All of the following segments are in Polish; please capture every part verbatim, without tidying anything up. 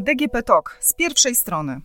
D G P Talk z pierwszej strony.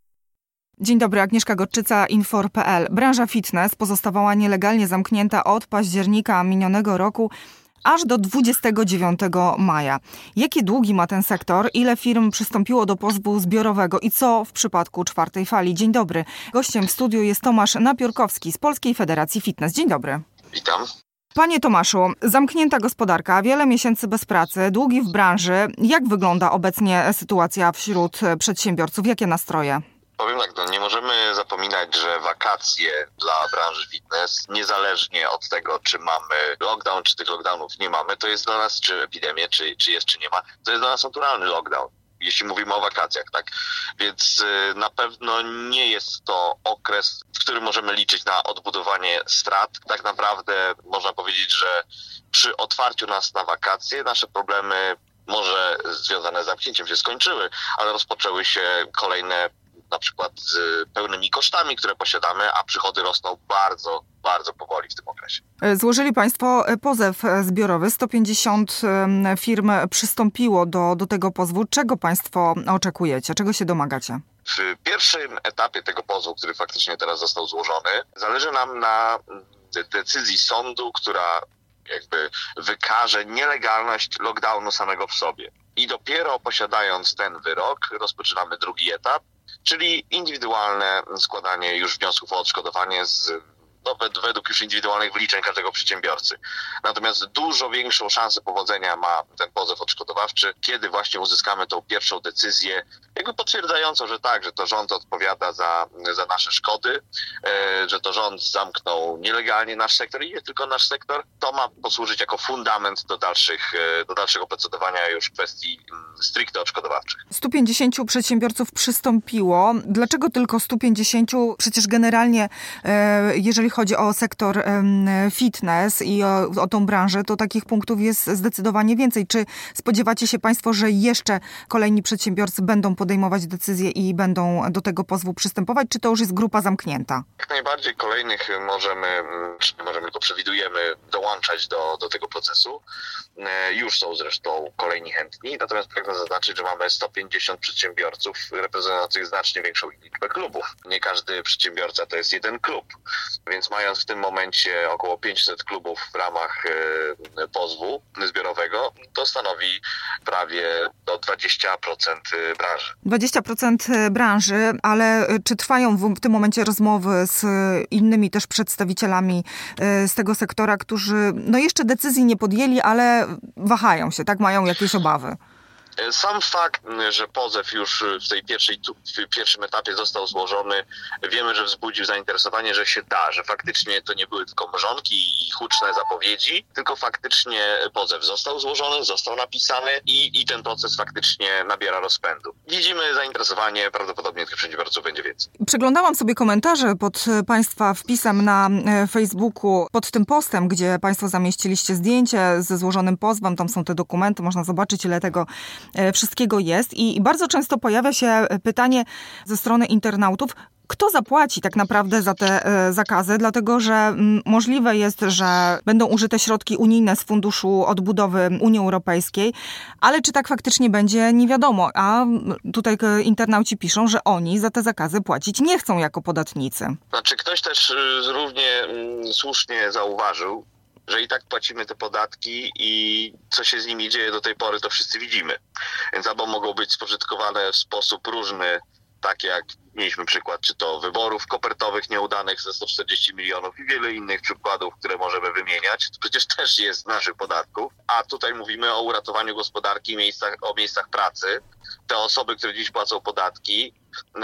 Dzień dobry, Agnieszka Gorczyca, Infor kropka p l. Branża fitness pozostawała nielegalnie zamknięta od października minionego roku aż do dwudziestego dziewiątego maja. Jakie długi ma ten sektor? Ile firm przystąpiło do pozwu zbiorowego i co w przypadku czwartej fali? Dzień dobry. Gościem w studiu jest Tomasz Napiórkowski z Polskiej Federacji Fitness. Dzień dobry. Witam. Panie Tomaszu, zamknięta gospodarka, wiele miesięcy bez pracy, długi w branży. Jak wygląda obecnie sytuacja wśród przedsiębiorców? Jakie nastroje? Powiem tak, no nie możemy zapominać, że wakacje dla branży fitness, niezależnie od tego, czy mamy lockdown, czy tych lockdownów nie mamy, to jest dla nas, czy epidemię, czy, czy jest, czy nie ma, to jest dla nas naturalny lockdown, jeśli mówimy o wakacjach, tak? Więc y, na pewno nie jest to okres, w którym możemy liczyć na odbudowanie strat. Tak naprawdę można powiedzieć, że przy otwarciu nas na wakacje nasze problemy może związane z zamknięciem się skończyły, ale rozpoczęły się kolejne na przykład z pełnymi kosztami, które posiadamy, a przychody rosną bardzo, bardzo powoli w tym okresie. Złożyli Państwo pozew zbiorowy. sto pięćdziesiąt firm przystąpiło do, do tego pozwu. Czego Państwo oczekujecie? Czego się domagacie? W pierwszym etapie tego pozwu, który faktycznie teraz został złożony, zależy nam na decyzji sądu, która jakby wykaże nielegalność lockdownu samego w sobie. I dopiero posiadając ten wyrok, rozpoczynamy drugi etap, czyli indywidualne składanie już wniosków o odszkodowanie z, no, według już indywidualnych wyliczeń każdego przedsiębiorcy. Natomiast dużo większą szansę powodzenia ma ten pozew odszkodowawczy, kiedy właśnie uzyskamy tą pierwszą decyzję, jakby potwierdzającą, że tak, że to rząd odpowiada za, za nasze szkody, e, że to rząd zamknął nielegalnie nasz sektor i nie tylko nasz sektor. To ma posłużyć jako fundament do dalszych, do dalszego procedowania już w kwestii stricte odszkodowawczych. stu pięćdziesięciu przedsiębiorców przystąpiło. Dlaczego tylko stu pięćdziesięciu? Przecież generalnie, e, jeżeli chodzi o sektor e, fitness i o, o tą branżę, to takich punktów jest zdecydowanie więcej. Czy spodziewacie się Państwo, że jeszcze kolejni przedsiębiorcy będą podejmować decyzje i będą do tego pozwu przystępować, czy to już jest grupa zamknięta? Jak najbardziej kolejnych możemy, czy nie możemy, tylko przewidujemy dołączać do, do tego procesu. Już są zresztą kolejni chętni, natomiast pragnę zaznaczyć, że mamy sto pięćdziesiąt przedsiębiorców reprezentujących znacznie większą liczbę klubów. Nie każdy przedsiębiorca to jest jeden klub, więc mając w tym momencie około pięćset klubów w ramach e, pozwu zbiorowego, to stanowi prawie do dwadzieścia procent branży. dwadzieścia procent branży, ale czy trwają w, w tym momencie rozmowy z innymi też przedstawicielami e, z tego sektora, którzy no jeszcze decyzji nie podjęli, ale wahają się, tak? Mają jakieś obawy? Sam fakt, że pozew już w tej pierwszej, w pierwszym etapie został złożony, wiemy, że wzbudził zainteresowanie, że się da, że faktycznie to nie były tylko mrzonki i huczne zapowiedzi, tylko faktycznie pozew został złożony, został napisany i, i ten proces faktycznie nabiera rozpędu. Widzimy zainteresowanie, prawdopodobnie tych przedsiębiorców będzie więcej. Przeglądałam sobie komentarze pod Państwa wpisem na Facebooku, pod tym postem, gdzie Państwo zamieściliście zdjęcie ze złożonym pozwem, tam są te dokumenty, można zobaczyć, ile tego wszystkiego jest i bardzo często pojawia się pytanie ze strony internautów, kto zapłaci tak naprawdę za te zakazy, dlatego że możliwe jest, że będą użyte środki unijne z Funduszu Odbudowy Unii Europejskiej, ale czy tak faktycznie będzie, nie wiadomo. A tutaj internauci piszą, że oni za te zakazy płacić nie chcą jako podatnicy. Znaczy ktoś też równie słusznie zauważył, że i tak płacimy te podatki i co się z nimi dzieje do tej pory, to wszyscy widzimy. Więc albo mogą być spożytkowane w sposób różny, tak jak mieliśmy przykład, czy to wyborów kopertowych nieudanych za sto czterdzieści milionów i wiele innych przykładów, które możemy wymieniać. To przecież też jest z naszych podatków. A tutaj mówimy o uratowaniu gospodarki, miejscach, o miejscach pracy. Te osoby, które dziś płacą podatki,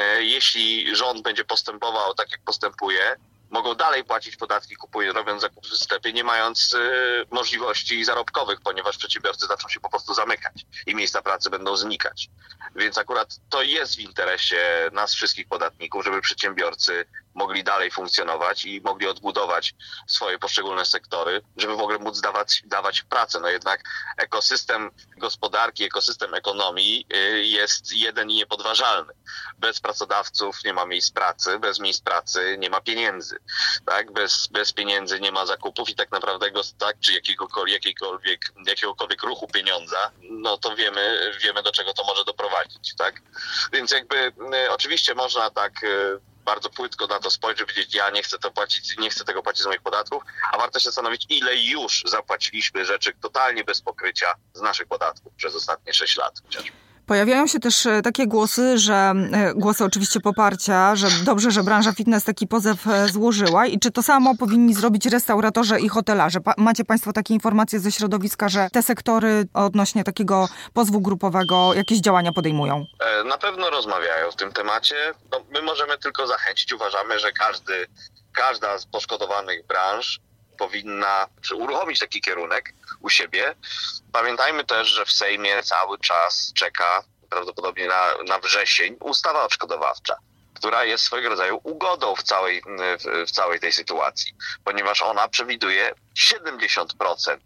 jeśli rząd będzie postępował tak, jak postępuje, mogą dalej płacić podatki, kupując, robiąc zakupy w sklepie, nie mając y, możliwości zarobkowych, ponieważ przedsiębiorcy zaczną się po prostu zamykać i miejsca pracy będą znikać. Więc akurat to jest w interesie nas wszystkich podatników, żeby przedsiębiorcy mogli dalej funkcjonować i mogli odbudować swoje poszczególne sektory, żeby w ogóle móc dawać, dawać pracę. No jednak ekosystem gospodarki, ekosystem ekonomii jest jeden i niepodważalny. Bez pracodawców nie ma miejsc pracy, bez miejsc pracy nie ma pieniędzy. Tak? Bez, bez pieniędzy nie ma zakupów i tak naprawdę tak, czy jakiegokolwiek, jakiegokolwiek, jakiegokolwiek ruchu pieniądza, no to wiemy, wiemy do czego to może doprowadzić. Tak? Więc jakby y, oczywiście można tak y, bardzo płytko na to spojrzeć, powiedzieć, ja nie chcę to płacić, nie chcę tego płacić z moich podatków, a warto się zastanowić, ile już zapłaciliśmy rzeczy totalnie bez pokrycia z naszych podatków przez ostatnie sześć lat chociażby. Pojawiają się też takie głosy, że głosy oczywiście poparcia, że dobrze, że branża fitness taki pozew złożyła i czy to samo powinni zrobić restauratorzy i hotelarze? Pa- macie Państwo takie informacje ze środowiska, że te sektory odnośnie takiego pozwu grupowego jakieś działania podejmują? Na pewno rozmawiają w tym temacie. No, my możemy tylko zachęcić. Uważamy, że każdy, każda z poszkodowanych branż powinna czy uruchomić taki kierunek u siebie. Pamiętajmy też, że w Sejmie cały czas czeka prawdopodobnie na, na wrzesień ustawa odszkodowawcza, która jest swojego rodzaju ugodą w całej, w, w całej tej sytuacji, ponieważ ona przewiduje siedemdziesiąt procent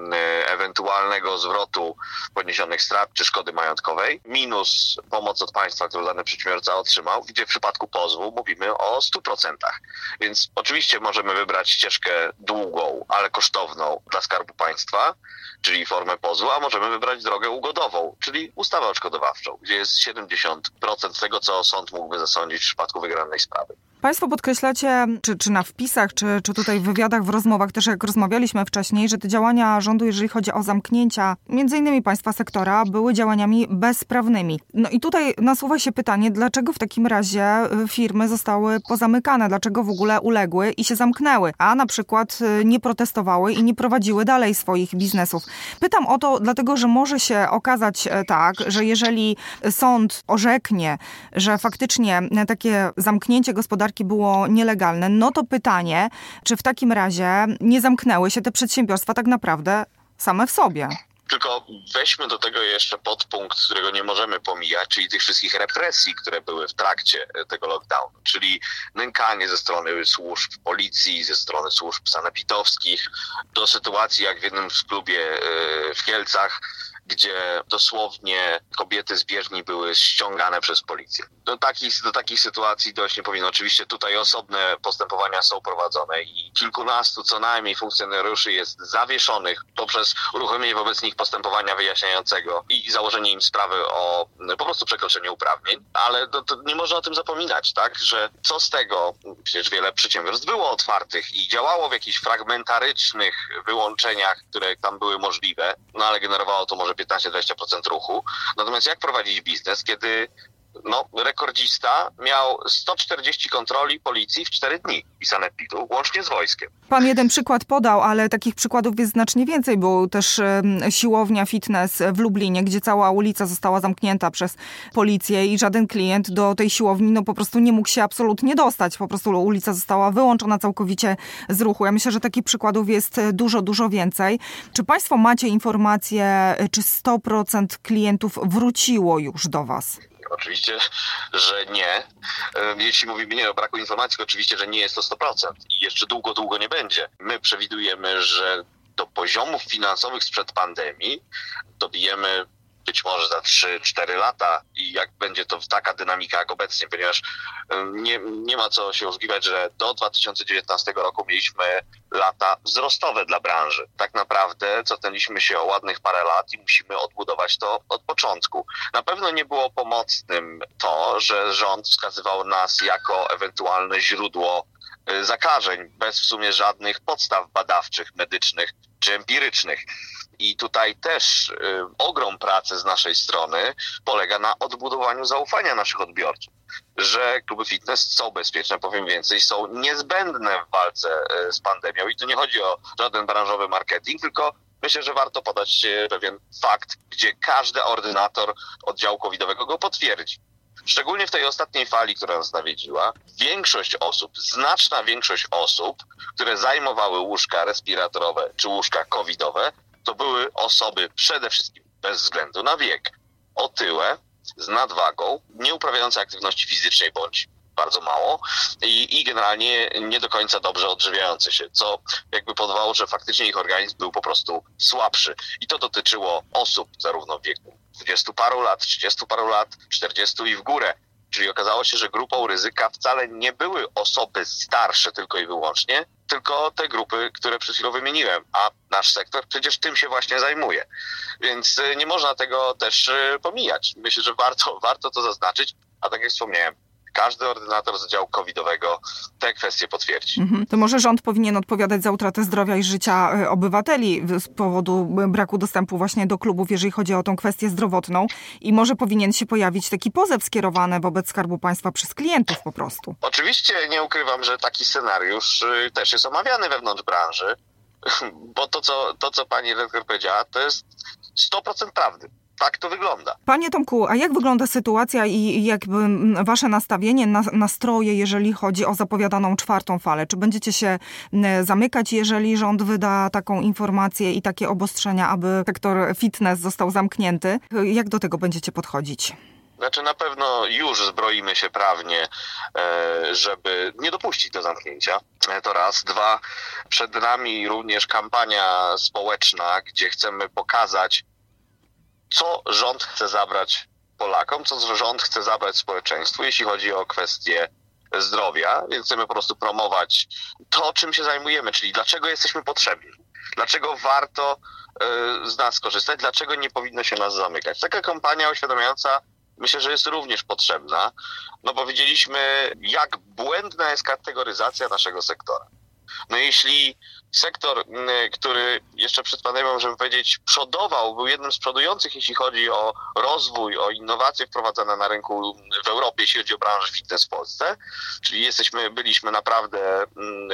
ewentualnego zwrotu poniesionych strat czy szkody majątkowej minus pomoc od państwa, którą dany przedsiębiorca otrzymał, gdzie w przypadku pozwu mówimy o stu procentach. Więc oczywiście możemy wybrać ścieżkę długą, ale kosztowną dla Skarbu Państwa, czyli formę pozwu, a możemy wybrać drogę ugodową, czyli ustawę odszkodowawczą, gdzie jest siedemdziesiąt procent tego, co sąd mógłby zasądzić w przypadku wygranej sprawy. Państwo podkreślacie, czy, czy na wpisach, czy, czy tutaj w wywiadach, w rozmowach, też jak rozmawialiśmy wcześniej, że te działania rządu, jeżeli chodzi o zamknięcia między innymi państwa sektora, były działaniami bezprawnymi. No i tutaj nasuwa się pytanie, dlaczego w takim razie firmy zostały pozamykane, dlaczego w ogóle uległy i się zamknęły, a na przykład nie protestowały i nie prowadziły dalej swoich biznesów. Pytam o to, dlatego że może się okazać tak, że jeżeli sąd orzeknie, że faktycznie takie zamknięcie gospodarki było nielegalne, no to pytanie, czy w takim razie nie zamknęły się te przedsiębiorstwa tak naprawdę same w sobie? Tylko weźmy do tego jeszcze podpunkt, którego nie możemy pomijać, czyli tych wszystkich represji, które były w trakcie tego lockdownu, czyli nękanie ze strony służb policji, ze strony służb sanepidowskich, do sytuacji jak w jednym z klubie w Kielcach, gdzie dosłownie kobiety z bieżni były ściągane przez policję. Do takich, do takich sytuacji dojść nie powinno. Oczywiście tutaj osobne postępowania są prowadzone i kilkunastu co najmniej funkcjonariuszy jest zawieszonych poprzez uruchomienie wobec nich postępowania wyjaśniającego i założenie im sprawy o po prostu przekroczenie uprawnień, ale to, to nie można o tym zapominać, tak, że co z tego, przecież wiele przedsiębiorstw było otwartych i działało w jakichś fragmentarycznych wyłączeniach, które tam były możliwe, no ale generowało to może piętnaście do dwudziestu procent ruchu. Natomiast jak prowadzić biznes, kiedy no, rekordzista miał sto czterdzieści kontroli policji w cztery dni i sanepidu, łącznie z wojskiem. Pan jeden przykład podał, ale takich przykładów jest znacznie więcej. Był też um, siłownia fitness w Lublinie, gdzie cała ulica została zamknięta przez policję i żaden klient do tej siłowni no po prostu nie mógł się absolutnie dostać. Po prostu ulica została wyłączona całkowicie z ruchu. Ja myślę, że takich przykładów jest dużo, dużo więcej. Czy Państwo macie informacje, czy sto procent klientów wróciło już do Was? Oczywiście, że nie. Jeśli mówimy nie o braku informacji, to oczywiście, że nie jest to sto procent i jeszcze długo, długo nie będzie. My przewidujemy, że do poziomów finansowych sprzed pandemii dobijemy być może za trzy cztery lata i jak będzie to taka dynamika jak obecnie, ponieważ nie, nie ma co się oszukiwać, że do dwa tysiące dziewiętnastego roku mieliśmy lata wzrostowe dla branży. Tak naprawdę cofnęliśmy się o ładnych parę lat i musimy odbudować to od początku. Na pewno nie było pomocnym to, że rząd wskazywał nas jako ewentualne źródło zakażeń, bez w sumie żadnych podstaw badawczych, medycznych czy empirycznych. I tutaj też y, ogrom pracy z naszej strony polega na odbudowaniu zaufania naszych odbiorców, że kluby fitness są bezpieczne, powiem więcej, są niezbędne w walce y, z pandemią i tu nie chodzi o żaden branżowy marketing, tylko myślę, że warto podać y, pewien fakt, gdzie każdy ordynator oddziału covidowego go potwierdzi. Szczególnie w tej ostatniej fali, która nas nawiedziła, większość osób, znaczna większość osób, które zajmowały łóżka respiratorowe czy łóżka covidowe, to były osoby przede wszystkim bez względu na wiek, otyłe, z nadwagą, nie uprawiające aktywności fizycznej bądź bardzo mało i, i generalnie nie do końca dobrze odżywiający się, co jakby powodowało, że faktycznie ich organizm był po prostu słabszy. I to dotyczyło osób zarówno w wieku dwudziestu paru lat, trzydziestu paru lat, czterdziestu i w górę. Czyli okazało się, że grupą ryzyka wcale nie były osoby starsze tylko i wyłącznie, tylko te grupy, które przed chwilą wymieniłem, a nasz sektor przecież tym się właśnie zajmuje. Więc nie można tego też pomijać. Myślę, że warto, warto to zaznaczyć, a tak jak wspomniałem, każdy ordynator z oddziału covidowego te kwestie potwierdzi. Mhm. To może rząd powinien odpowiadać za utratę zdrowia i życia obywateli z powodu braku dostępu właśnie do klubów, jeżeli chodzi o tą kwestię zdrowotną i może powinien się pojawić taki pozew skierowany wobec Skarbu Państwa przez klientów po prostu. Oczywiście nie ukrywam, że taki scenariusz też jest omawiany wewnątrz branży, bo to, co, to, co pani redaktor powiedziała, to jest sto procent prawdy. Tak to wygląda. Panie Tomku, a jak wygląda sytuacja i jakby wasze nastawienie, nastroje, jeżeli chodzi o zapowiadaną czwartą falę? Czy będziecie się zamykać, jeżeli rząd wyda taką informację i takie obostrzenia, aby sektor fitness został zamknięty? Jak do tego będziecie podchodzić? Znaczy na pewno już zbroimy się prawnie, żeby nie dopuścić do zamknięcia. To raz. Dwa, przed nami również kampania społeczna, gdzie chcemy pokazać, co rząd chce zabrać Polakom, co rząd chce zabrać społeczeństwu, jeśli chodzi o kwestie zdrowia, więc chcemy po prostu promować to, czym się zajmujemy, czyli dlaczego jesteśmy potrzebni, dlaczego warto y, z nas korzystać, dlaczego nie powinno się nas zamykać. Taka kampania oświadamiająca myślę, że jest również potrzebna, no bo widzieliśmy, jak błędna jest kategoryzacja naszego sektora. No jeśli sektor, który jeszcze przed pandemią, możemy powiedzieć, przodował, był jednym z przodujących, jeśli chodzi o rozwój, o innowacje wprowadzane na rynku w Europie, jeśli chodzi o branżę fitness w Polsce, czyli jesteśmy, byliśmy naprawdę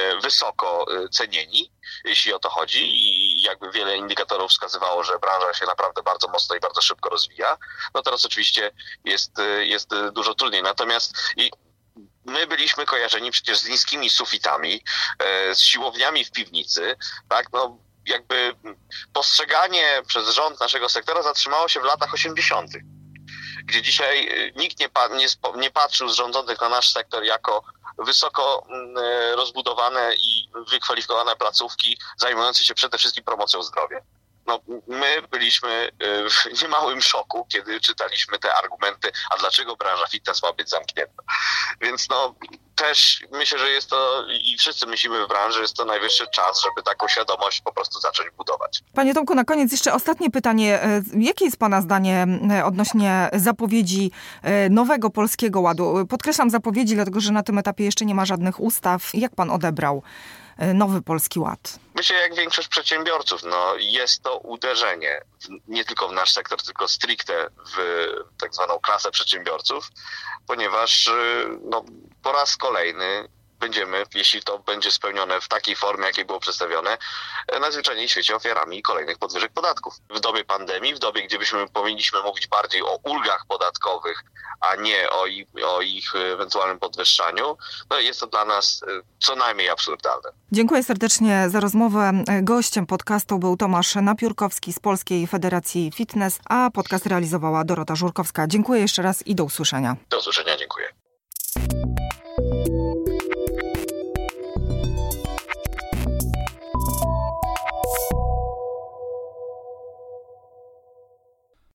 wysoko cenieni, jeśli o to chodzi i jakby wiele indikatorów wskazywało, że branża się naprawdę bardzo mocno i bardzo szybko rozwija, no teraz oczywiście jest, jest dużo trudniej. Natomiast i my byliśmy kojarzeni przecież z niskimi sufitami, z siłowniami w piwnicy, tak, no jakby postrzeganie przez rząd naszego sektora zatrzymało się w latach osiemdziesiątych, gdzie dzisiaj nikt nie, pa, nie, nie patrzył z rządzących na nasz sektor jako wysoko rozbudowane i wykwalifikowane placówki zajmujące się przede wszystkim promocją zdrowia. No, my byliśmy w niemałym szoku, kiedy czytaliśmy te argumenty, a dlaczego branża fitness ma być zamknięta. Więc no też myślę, że jest to, i wszyscy myślimy w branży, jest to najwyższy czas, żeby taką świadomość po prostu zacząć budować. Panie Tomku, na koniec jeszcze ostatnie pytanie. Jakie jest pana zdanie odnośnie zapowiedzi nowego Polskiego Ładu? Podkreślam zapowiedzi, dlatego że na tym etapie jeszcze nie ma żadnych ustaw. Jak pan odebrał nowy Polski Ład? Myślę, jak większość przedsiębiorców, no jest to uderzenie w, nie tylko w nasz sektor, tylko stricte w tak zwaną klasę przedsiębiorców, ponieważ no, po raz kolejny będziemy, jeśli to będzie spełnione w takiej formie, jakiej było przedstawione, najzwyczajniej w świecie ofiarami kolejnych podwyżek podatków. W dobie pandemii, w dobie, gdzie byśmy powinniśmy mówić bardziej o ulgach podatkowych, a nie o ich, o ich ewentualnym podwyższaniu, no jest to dla nas co najmniej absurdalne. Dziękuję serdecznie za rozmowę. Gościem podcastu był Tomasz Napiórkowski z Polskiej Federacji Fitness, a podcast realizowała Dorota Żurkowska. Dziękuję jeszcze raz i do usłyszenia. Do usłyszenia, dziękuję.